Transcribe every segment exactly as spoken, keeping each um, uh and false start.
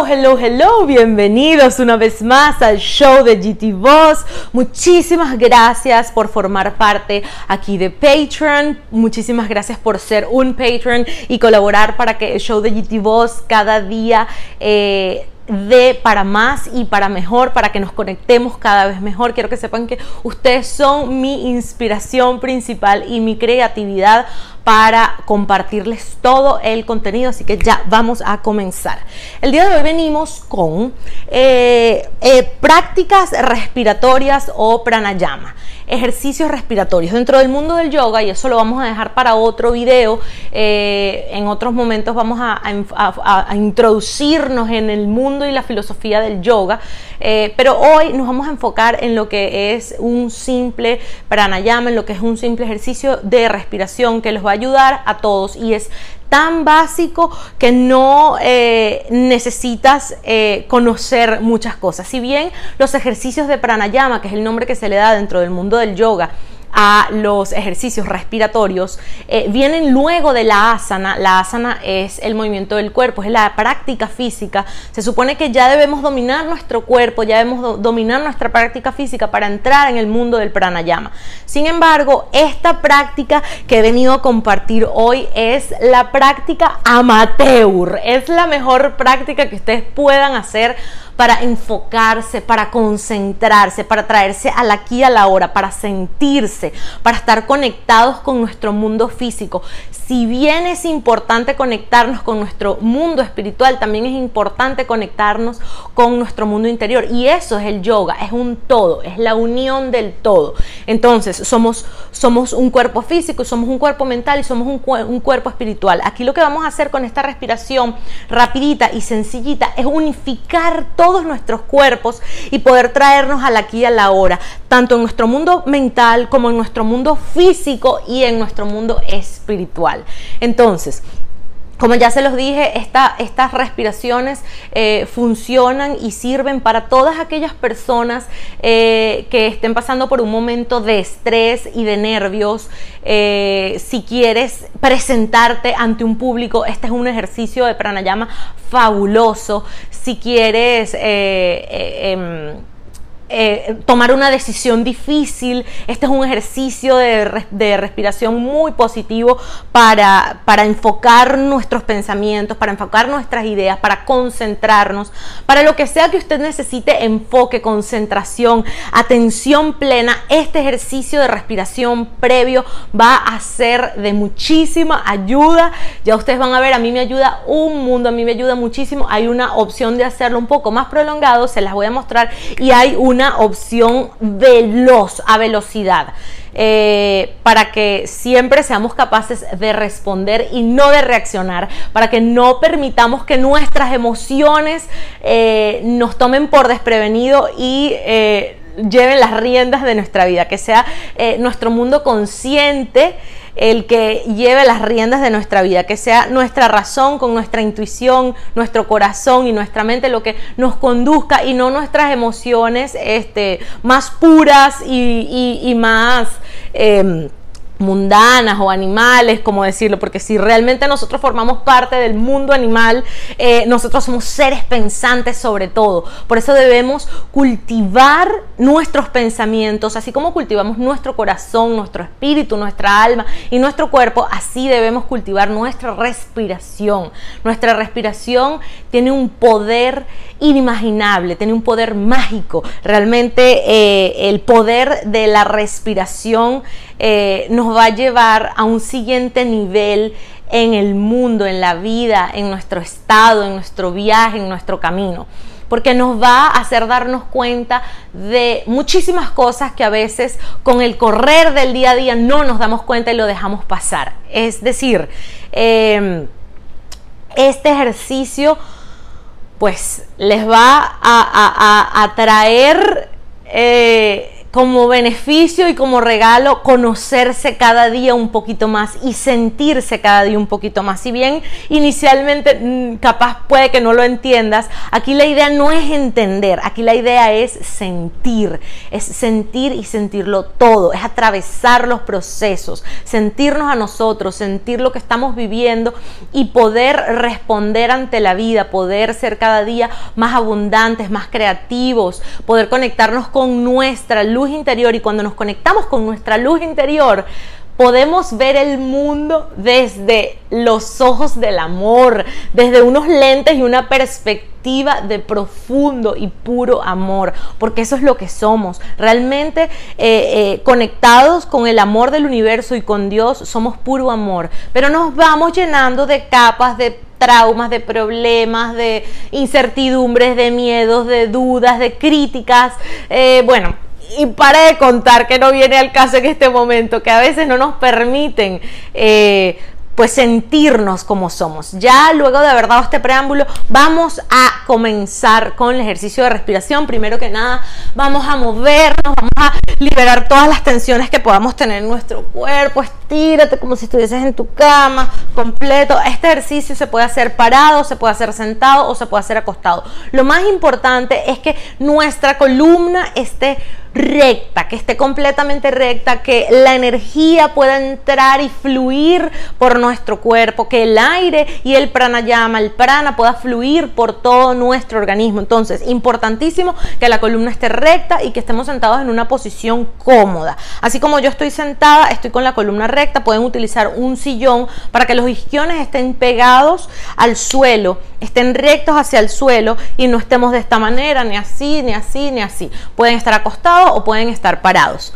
Hello, hello, hello, bienvenidos una vez más al show de G T Boss. Muchísimas gracias por formar parte aquí de Patreon, muchísimas gracias por ser un Patreon y colaborar para que el show de G T Boss cada día eh, de para más y para mejor, para que nos conectemos cada vez mejor. Quiero que sepan que ustedes son mi inspiración principal y mi creatividad para compartirles todo el contenido, así que ya vamos a comenzar. El día de hoy venimos con eh, eh, prácticas respiratorias o pranayama, ejercicios respiratorios dentro del mundo del yoga, y eso lo vamos a dejar para otro video. Eh, en otros momentos vamos a, a, a, a introducirnos en el mundo y la filosofía del yoga, eh, pero hoy nos vamos a enfocar en lo que es un simple pranayama, en lo que es un simple ejercicio de respiración que los va a ayudar a todos, y es tan básico que no eh, necesitas eh, conocer muchas cosas. Si bien los ejercicios de pranayama, que es el nombre que se le da dentro del mundo del yoga a los ejercicios respiratorios, eh, vienen luego de la asana. La asana es el movimiento del cuerpo, es la práctica física. Se supone que ya debemos dominar nuestro cuerpo, ya debemos do dominar nuestra práctica física para entrar en el mundo del pranayama. Sin embargo, esta práctica que he venido a compartir hoy es la práctica amateur, es la mejor práctica que ustedes puedan hacer para enfocarse, para concentrarse, para traerse al aquí y a la hora, para sentirse, para estar conectados con nuestro mundo físico. Si bien es importante conectarnos con nuestro mundo espiritual, también es importante conectarnos con nuestro mundo interior, y eso es el yoga, es un todo, es la unión del todo. Entonces somos, somos un cuerpo físico, somos un cuerpo mental y somos un, un cuerpo espiritual. Aquí lo que vamos a hacer con esta respiración rapidita y sencillita es unificar todo todos nuestros cuerpos y poder traernos al aquí y a la hora, tanto en nuestro mundo mental como en nuestro mundo físico y en nuestro mundo espiritual. Entonces, como ya se los dije, esta, estas respiraciones eh, funcionan y sirven para todas aquellas personas eh, que estén pasando por un momento de estrés y de nervios. Eh, si quieres presentarte ante un público, este es un ejercicio de pranayama fabuloso. Si quieres eh, eh, eh, Eh, tomar una decisión difícil, este es un ejercicio de, de respiración muy positivo para, para enfocar nuestros pensamientos, para enfocar nuestras ideas, para concentrarnos, para lo que sea que usted necesite: enfoque, concentración, atención plena. Este ejercicio de respiración previo va a ser de muchísima ayuda. Ya ustedes van a ver, a mí me ayuda un mundo, a mí me ayuda muchísimo. Hay una opción de hacerlo un poco más prolongado, se las voy a mostrar, y hay una opción veloz, a velocidad, eh, para que siempre seamos capaces de responder y no de reaccionar, para que no permitamos que nuestras emociones eh, nos tomen por desprevenido y eh, lleven las riendas de nuestra vida, que sea eh, nuestro mundo consciente el que lleve las riendas de nuestra vida, que sea nuestra razón con nuestra intuición, nuestro corazón y nuestra mente lo que nos conduzca, y no nuestras emociones este, más puras y, y, y más eh, mundanas o animales, como decirlo, porque si realmente nosotros formamos parte del mundo animal, eh, nosotros somos seres pensantes sobre todo. Por eso debemos cultivar nuestros pensamientos, así como cultivamos nuestro corazón, nuestro espíritu, nuestra alma y nuestro cuerpo. Así debemos cultivar nuestra respiración. Nuestra respiración tiene un poder inimaginable, tiene un poder mágico. Realmente eh, el poder de la respiración eh, nos va a llevar a un siguiente nivel en el mundo, en la vida, en nuestro estado, en nuestro viaje, en nuestro camino, porque nos va a hacer darnos cuenta de muchísimas cosas que a veces con el correr del día a día no nos damos cuenta y lo dejamos pasar. Es decir, eh, este ejercicio pues les va a, a, a, a traer eh, como beneficio y como regalo conocerse cada día un poquito más y sentirse cada día un poquito más. Si bien inicialmente capaz puede que no lo entiendas, aquí la idea no es entender, aquí la idea es sentir, es sentir y sentirlo todo, es atravesar los procesos, sentirnos a nosotros, sentir lo que estamos viviendo y poder responder ante la vida, poder ser cada día más abundantes, más creativos, poder conectarnos con nuestra luz interior. Y cuando nos conectamos con nuestra luz interior, podemos ver el mundo desde los ojos del amor, desde unos lentes y una perspectiva de profundo y puro amor, porque eso es lo que somos. Realmente eh, eh, conectados con el amor del universo y con Dios, somos puro amor, pero nos vamos llenando de capas, de traumas, de problemas, de incertidumbres, de miedos, de dudas, de críticas, eh, bueno, y para de contar que no viene al caso en este momento, que a veces no nos permiten eh, pues sentirnos como somos. Ya luego de haber dado este preámbulo, vamos a comenzar con el ejercicio de respiración. Primero que nada, vamos a movernos, vamos a liberar todas las tensiones que podamos tener en nuestro cuerpo. Estírate como si estuvieses en tu cama, completo. Este ejercicio se puede hacer parado, se puede hacer sentado o se puede hacer acostado. Lo más importante es que nuestra columna esté recta, que esté completamente recta, que la energía pueda entrar y fluir por nuestro cuerpo, que el aire y el pranayama, el prana, pueda fluir por todo nuestro organismo. Entonces, importantísimo que la columna esté recta y que estemos sentados en una posición cómoda. Así como yo estoy sentada, estoy con la columna recta. Pueden utilizar un sillón para que los isquiones estén pegados al suelo, estén rectos hacia el suelo y no estemos de esta manera, ni así, ni así, ni así. Pueden estar acostados o pueden estar parados.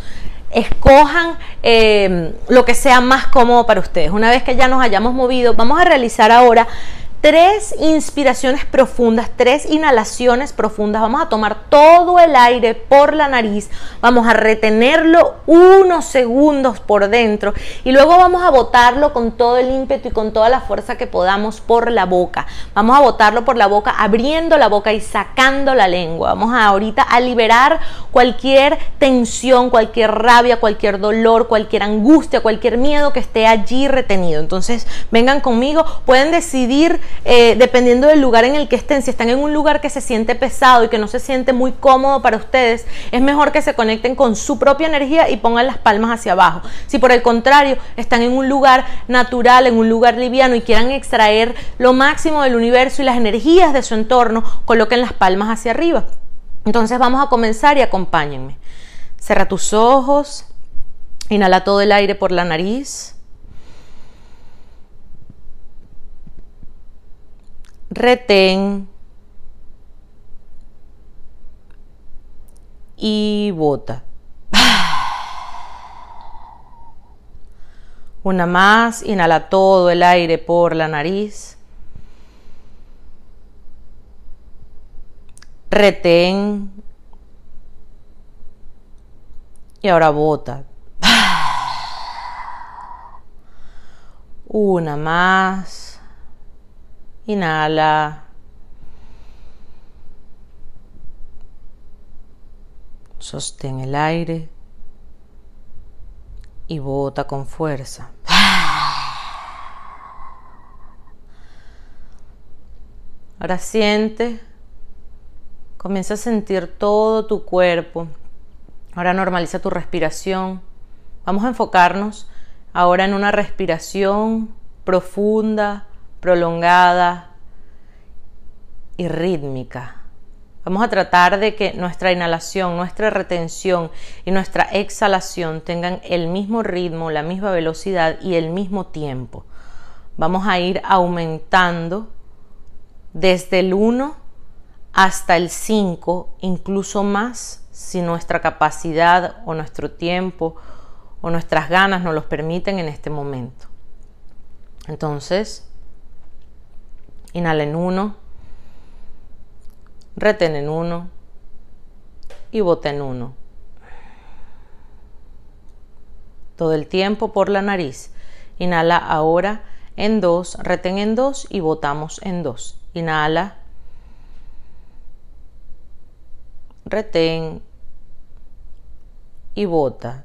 Escojan eh, lo que sea más cómodo para ustedes. Una vez que ya nos hayamos movido, vamos a realizar ahora tres inspiraciones profundas, tres inhalaciones profundas. Vamos a tomar todo el aire por la nariz, vamos a retenerlo unos segundos por dentro y luego vamos a botarlo con todo el ímpetu y con toda la fuerza que podamos por la boca. Vamos a botarlo por la boca, abriendo la boca y sacando la lengua. Vamos a, ahorita a liberar cualquier tensión, cualquier rabia, cualquier dolor, cualquier angustia, cualquier miedo que esté allí retenido. Entonces vengan conmigo, pueden decidir Eh, dependiendo del lugar en el que estén. Si están en un lugar que se siente pesado y que no se siente muy cómodo para ustedes, es mejor que se conecten con su propia energía y pongan las palmas hacia abajo. Si por el contrario están en un lugar natural, en un lugar liviano y quieran extraer lo máximo del universo y las energías de su entorno, coloquen las palmas hacia arriba. Entonces vamos a comenzar y acompáñenme. Cierra tus ojos, inhala todo el aire por la nariz. Retén y bota. Una más, inhala todo el aire por la nariz. Retén y ahora bota. Una más. Inhala. Sostén el aire y bota con fuerza. Ahora siente, comienza a sentir todo tu cuerpo. Ahora normaliza tu respiración. Vamos a enfocarnos ahora en una respiración profunda, prolongada y rítmica. Vamos a tratar de que nuestra inhalación, nuestra retención y nuestra exhalación tengan el mismo ritmo, la misma velocidad y el mismo tiempo. Vamos a ir aumentando desde el uno hasta el cinco, incluso más, si nuestra capacidad o nuestro tiempo o nuestras ganas nos los permiten en este momento. Entonces, inhala en uno, retén en uno y bota en uno. Todo el tiempo por la nariz. Inhala ahora en dos, retén en dos y botamos en dos. Inhala, retén y bota.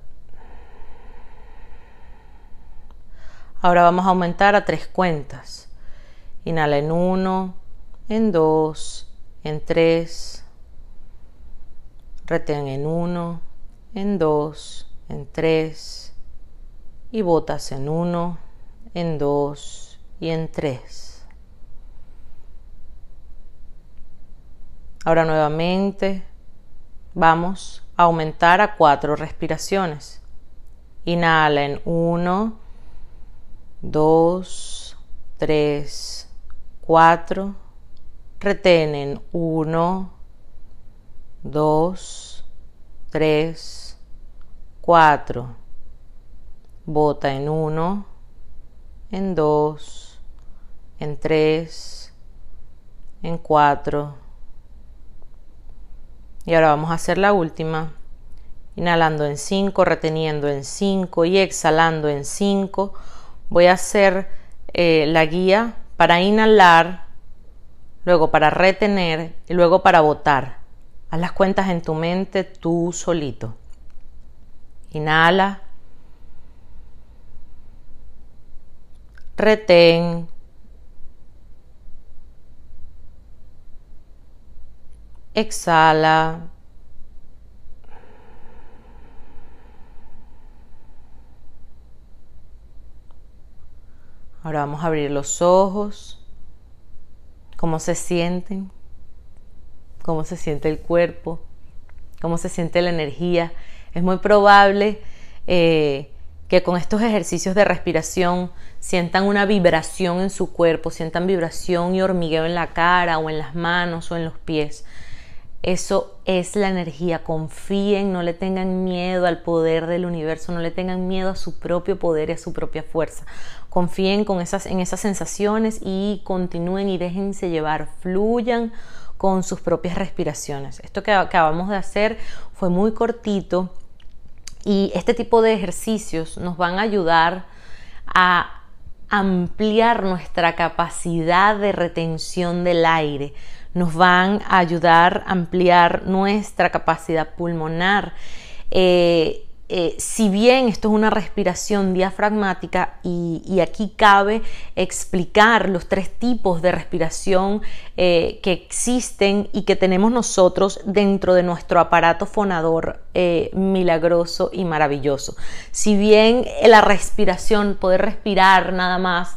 Ahora vamos a aumentar a tres cuentas. Inhala en uno, en dos, en tres. Retén en uno, en dos, en tres. Y botas en uno, en dos y en tres. Ahora nuevamente vamos a aumentar a cuatro respiraciones. Inhala en uno, dos, tres, cuatro. Retén en uno, dos, tres, cuatro. Bota en uno, en dos, en tres, en cuatro. Y ahora vamos a hacer la última. Inhalando en cinco, reteniendo en cinco y exhalando en cinco. Voy a hacer eh, la guía para inhalar, luego para retener y luego para botar. Haz las cuentas en tu mente tú solito. Inhala. Retén. Exhala. Ahora vamos a abrir los ojos. ¿Cómo se sienten? ¿Cómo se siente el cuerpo? ¿Cómo se siente la energía? Es muy probable eh, que con estos ejercicios de respiración sientan una vibración en su cuerpo, sientan vibración y hormigueo en la cara o en las manos o en los pies. Eso es la energía. Confíen, no le tengan miedo al poder del universo, no le tengan miedo a su propio poder y a su propia fuerza. Confíen con esas, en esas sensaciones y continúen y déjense llevar, fluyan con sus propias respiraciones. Esto que acabamos de hacer fue muy cortito y este tipo de ejercicios nos van a ayudar a ampliar nuestra capacidad de retención del aire. Nos van a ayudar a ampliar nuestra capacidad pulmonar. Eh, eh, si bien esto es una respiración diafragmática y, y aquí cabe explicar los tres tipos de respiración eh, que existen y que tenemos nosotros dentro de nuestro aparato fonador eh, milagroso y maravilloso. Si bien la respiración, poder respirar nada más,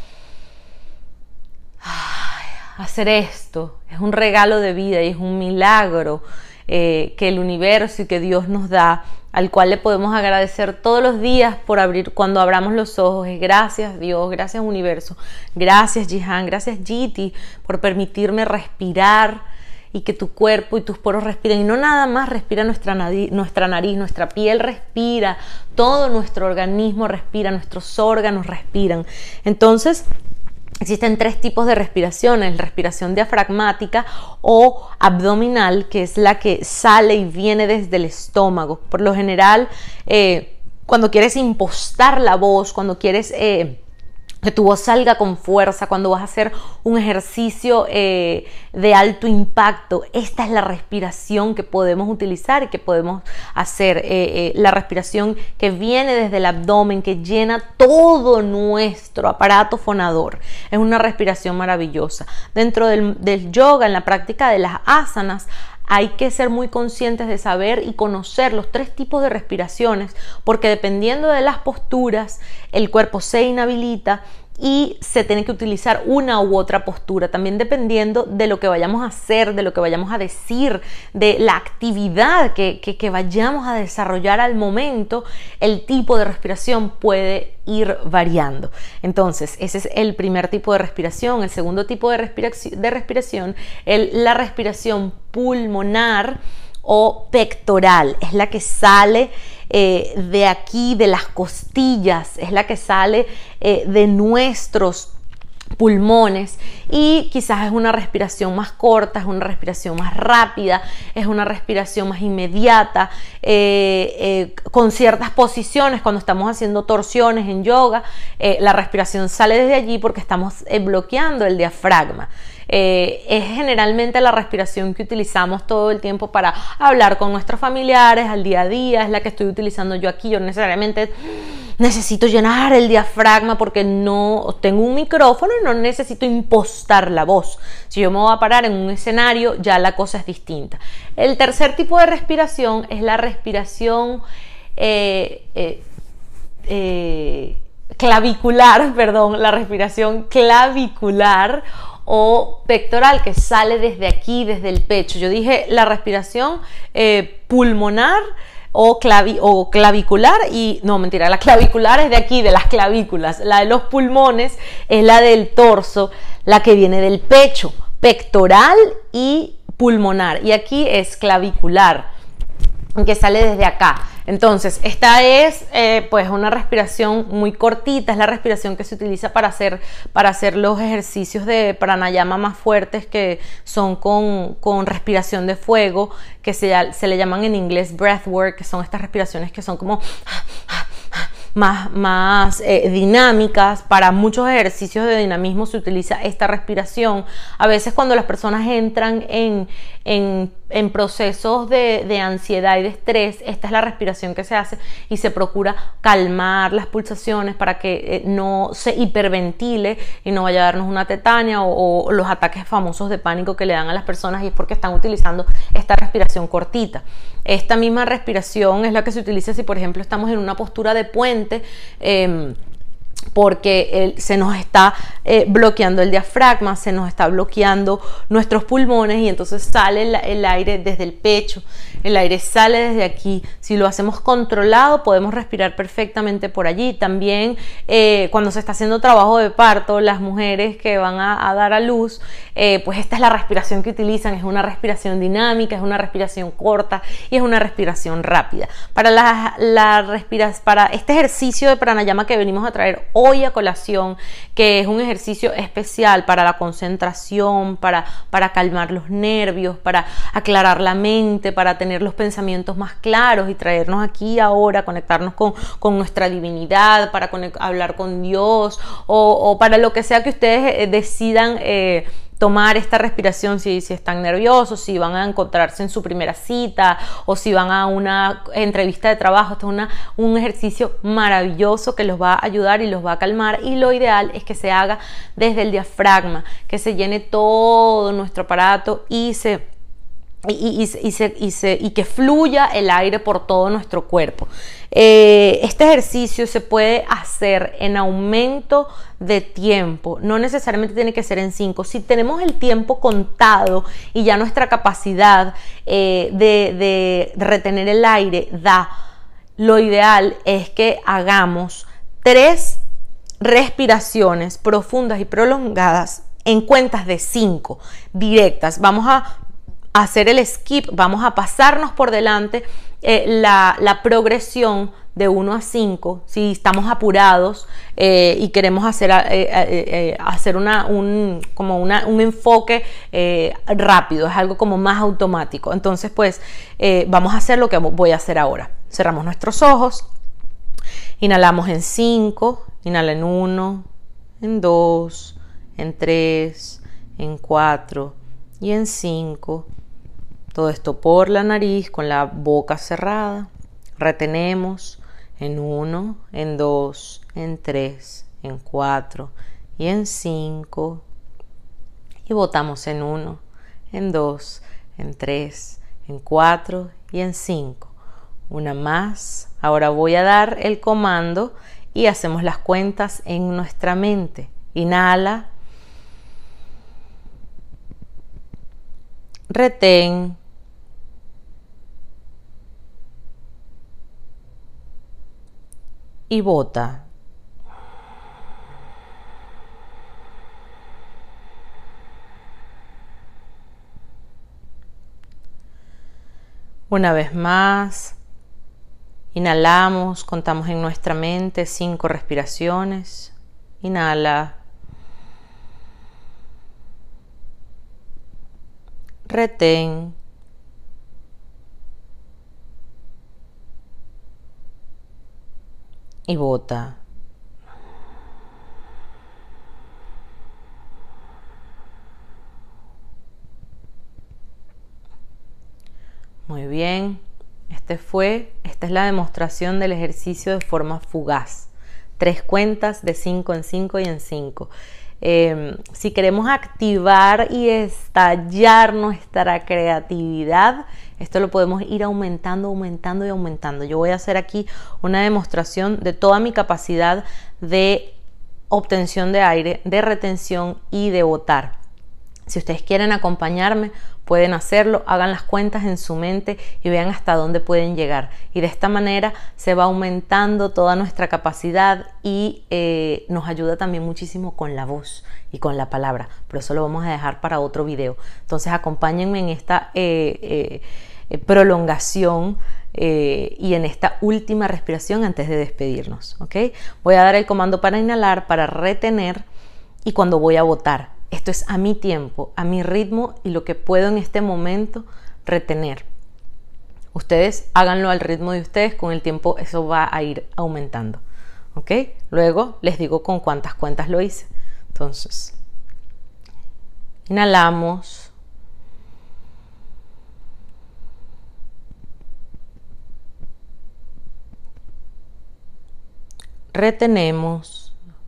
hacer esto es un regalo de vida y es un milagro eh, que el universo y que Dios nos da, al cual le podemos agradecer todos los días por abrir, cuando abramos los ojos. Es gracias Dios, gracias universo, gracias Jihan, gracias Jiti por permitirme respirar y que tu cuerpo y tus poros respiren. Y no nada más respira nuestra nariz, nuestra nariz, nuestra piel respira, todo nuestro organismo respira, nuestros órganos respiran. Entonces, existen tres tipos de respiraciones: respiración diafragmática o abdominal, que es la que sale y viene desde el estómago. Por lo general, eh, cuando quieres impostar la voz, cuando quieres eh, que tu voz salga con fuerza, cuando vas a hacer un ejercicio eh, de alto impacto, esta es la respiración que podemos utilizar y que podemos hacer. Eh, eh, la respiración que viene desde el abdomen, que llena todo nuestro aparato fonador. Es una respiración maravillosa. Dentro del, del yoga, en la práctica de las asanas, hay que ser muy conscientes de saber y conocer los tres tipos de respiraciones, porque dependiendo de las posturas, el cuerpo se inhabilita y se tiene que utilizar una u otra postura, también dependiendo de lo que vayamos a hacer, de lo que vayamos a decir, de la actividad que, que, que vayamos a desarrollar al momento. El tipo de respiración puede ir variando. Entonces, ese es el primer tipo de respiración. El segundo tipo de respiración, de respiración el, la respiración pulmonar o pectoral, es la que sale eh, de aquí, de las costillas, es la que sale eh, de nuestros pulmones, y quizás es una respiración más corta, es una respiración más rápida, es una respiración más inmediata, eh, eh, con ciertas posiciones. Cuando estamos haciendo torsiones en yoga, eh, la respiración sale desde allí porque estamos eh, bloqueando el diafragma. Eh, es generalmente la respiración que utilizamos todo el tiempo para hablar con nuestros familiares al día a día, es la que estoy utilizando yo aquí. Yo necesariamente necesito llenar el diafragma porque no tengo un micrófono y no necesito impostar la voz. Si yo me voy a parar en un escenario, ya la cosa es distinta. El tercer tipo de respiración es la respiración eh, eh, eh, clavicular, perdón, la respiración clavicular o pectoral, que sale desde aquí, desde el pecho. Yo dije la respiración eh, pulmonar o, clavi o clavicular y no, mentira, la clavicular es de aquí, de las clavículas. La de los pulmones es la del torso, la que viene del pecho, pectoral y pulmonar, y aquí es clavicular, que sale desde acá. Entonces, esta es eh, pues una respiración muy cortita, es la respiración que se utiliza para hacer, para hacer los ejercicios de pranayama más fuertes, que son con, con respiración de fuego, que se, se le llaman en inglés breathwork, que son estas respiraciones que son como más, más eh, dinámicas. Para muchos ejercicios de dinamismo se utiliza esta respiración. A veces cuando las personas entran en, en, en procesos de, de ansiedad y de estrés, esta es la respiración que se hace y se procura calmar las pulsaciones para que eh, no se hiperventile y no vaya a darnos una tetania o, o los ataques famosos de pánico que le dan a las personas, y es porque están utilizando esta respiración cortita. Esta misma respiración es la que se utiliza si, por ejemplo, estamos en una postura de puente, eh, porque el, se nos está eh, bloqueando el diafragma, se nos está bloqueando nuestros pulmones, y entonces sale el, el aire desde el pecho, el aire sale desde aquí. Si lo hacemos controlado, podemos respirar perfectamente por allí. También eh, cuando se está haciendo trabajo de parto, las mujeres que van a, a dar a luz, eh, pues esta es la respiración que utilizan. Es una respiración dinámica, es una respiración corta y es una respiración rápida. Para, la, la respira, para este ejercicio de pranayama que venimos a traer hoy a colación, que es un ejercicio especial para la concentración, para, para calmar los nervios, para aclarar la mente, para tener los pensamientos más claros y traernos aquí ahora, conectarnos con, con nuestra divinidad, para hablar con Dios, o, o para lo que sea que ustedes eh, decidan eh, tomar esta respiración, si, si están nerviosos, si van a encontrarse en su primera cita o si van a una entrevista de trabajo. Esto es una, un ejercicio maravilloso que los va a ayudar y los va a calmar, y lo ideal es que se haga desde el diafragma, que se llene todo nuestro aparato y se Y, y, y, se, y, se, y que fluya el aire por todo nuestro cuerpo. Eh, este ejercicio se puede hacer en aumento de tiempo, no necesariamente tiene que ser en cinco. Si tenemos el tiempo contado y ya nuestra capacidad eh, de, de retener el aire da, lo ideal es que hagamos tres respiraciones profundas y prolongadas en cuentas de cinco directas. Vamos a hacer el skip, vamos a pasarnos por delante eh, la, la progresión de uno a cinco. Si estamos apurados eh, y queremos hacer, eh, eh, eh, hacer una, un, como una, un enfoque eh, rápido, es algo como más automático, entonces pues eh, vamos a hacer lo que voy a hacer ahora. Cerramos nuestros ojos, inhalamos en cinco, inhala en uno, en dos, en tres, en cuatro y en cinco. Todo esto por la nariz con la boca cerrada. Retenemos en uno, en dos, en tres, en cuatro y en cinco. Y botamos en uno, en dos, en tres, en cuatro y en cinco. Una más. Ahora voy a dar el comando y hacemos las cuentas en nuestra mente. Inhala. Retén. Y bota. Una vez más, inhalamos, contamos en nuestra mente cinco respiraciones. Inhala. Retén. Y bota. Muy bien. Este fue, esta es la demostración del ejercicio de forma fugaz. Tres cuentas de cinco en cinco y en cinco. Eh, si queremos activar y estallar nuestra creatividad, esto lo podemos ir aumentando, aumentando y aumentando. Yo voy a hacer aquí una demostración de toda mi capacidad de obtención de aire, de retención y de botar. Si ustedes quieren acompañarme, pueden hacerlo, hagan las cuentas en su mente y vean hasta dónde pueden llegar. Y de esta manera se va aumentando toda nuestra capacidad y eh, nos ayuda también muchísimo con la voz y con la palabra. Pero eso lo vamos a dejar para otro video. Entonces acompáñenme en esta eh, eh, eh, prolongación eh, y en esta última respiración antes de despedirnos. ¿Okay? Voy a dar el comando para inhalar, para retener y cuando voy a botar. Esto es a mi tiempo, a mi ritmo y lo que puedo en este momento retener. Ustedes háganlo al ritmo de ustedes, con el tiempo eso va a ir aumentando. ¿Ok? Luego les digo con cuántas cuentas lo hice. Entonces, inhalamos. Retenemos.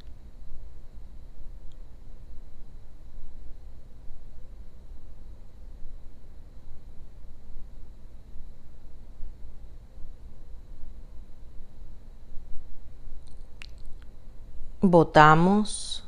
Botamos.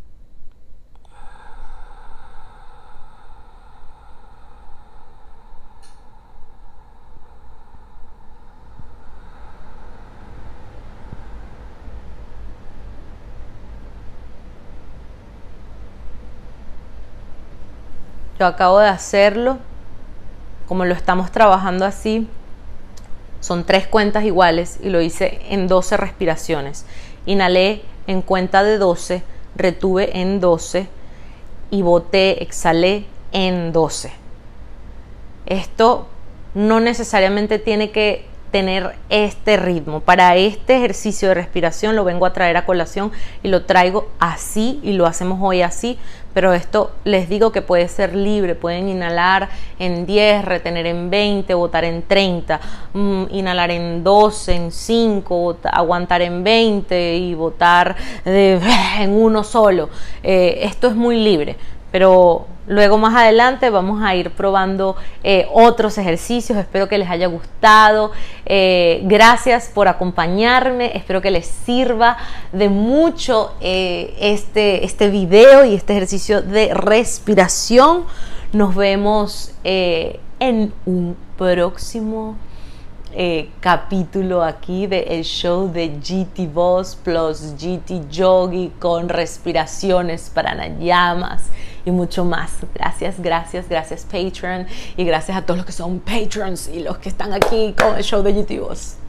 Yo acabo de hacerlo, como lo estamos trabajando así, son tres cuentas iguales y lo hice en doce respiraciones. Inhalé en cuenta de doce, retuve en doce y boté, exhalé en doce. Esto no necesariamente tiene que tener este ritmo. Para este ejercicio de respiración lo vengo a traer a colación y lo traigo así y lo hacemos hoy así, pero esto les digo que puede ser libre. Pueden inhalar en diez, retener en veinte, botar en treinta, mmm, inhalar en doce, en cinco, aguantar en veinte y botar de, en uno solo. Eh, esto es muy libre, pero luego más adelante vamos a ir probando eh, otros ejercicios. Espero que les haya gustado. Eh, gracias por acompañarme. Espero que les sirva de mucho eh, este, este video y este ejercicio de respiración. Nos vemos eh, en un próximo Eh, capítulo aquí de el show de G T Boss plus G T Yogi con respiraciones pranayamas y mucho más. Gracias, gracias, gracias Patreon y gracias a todos los que son patrons y los que están aquí con el show de G T Boss.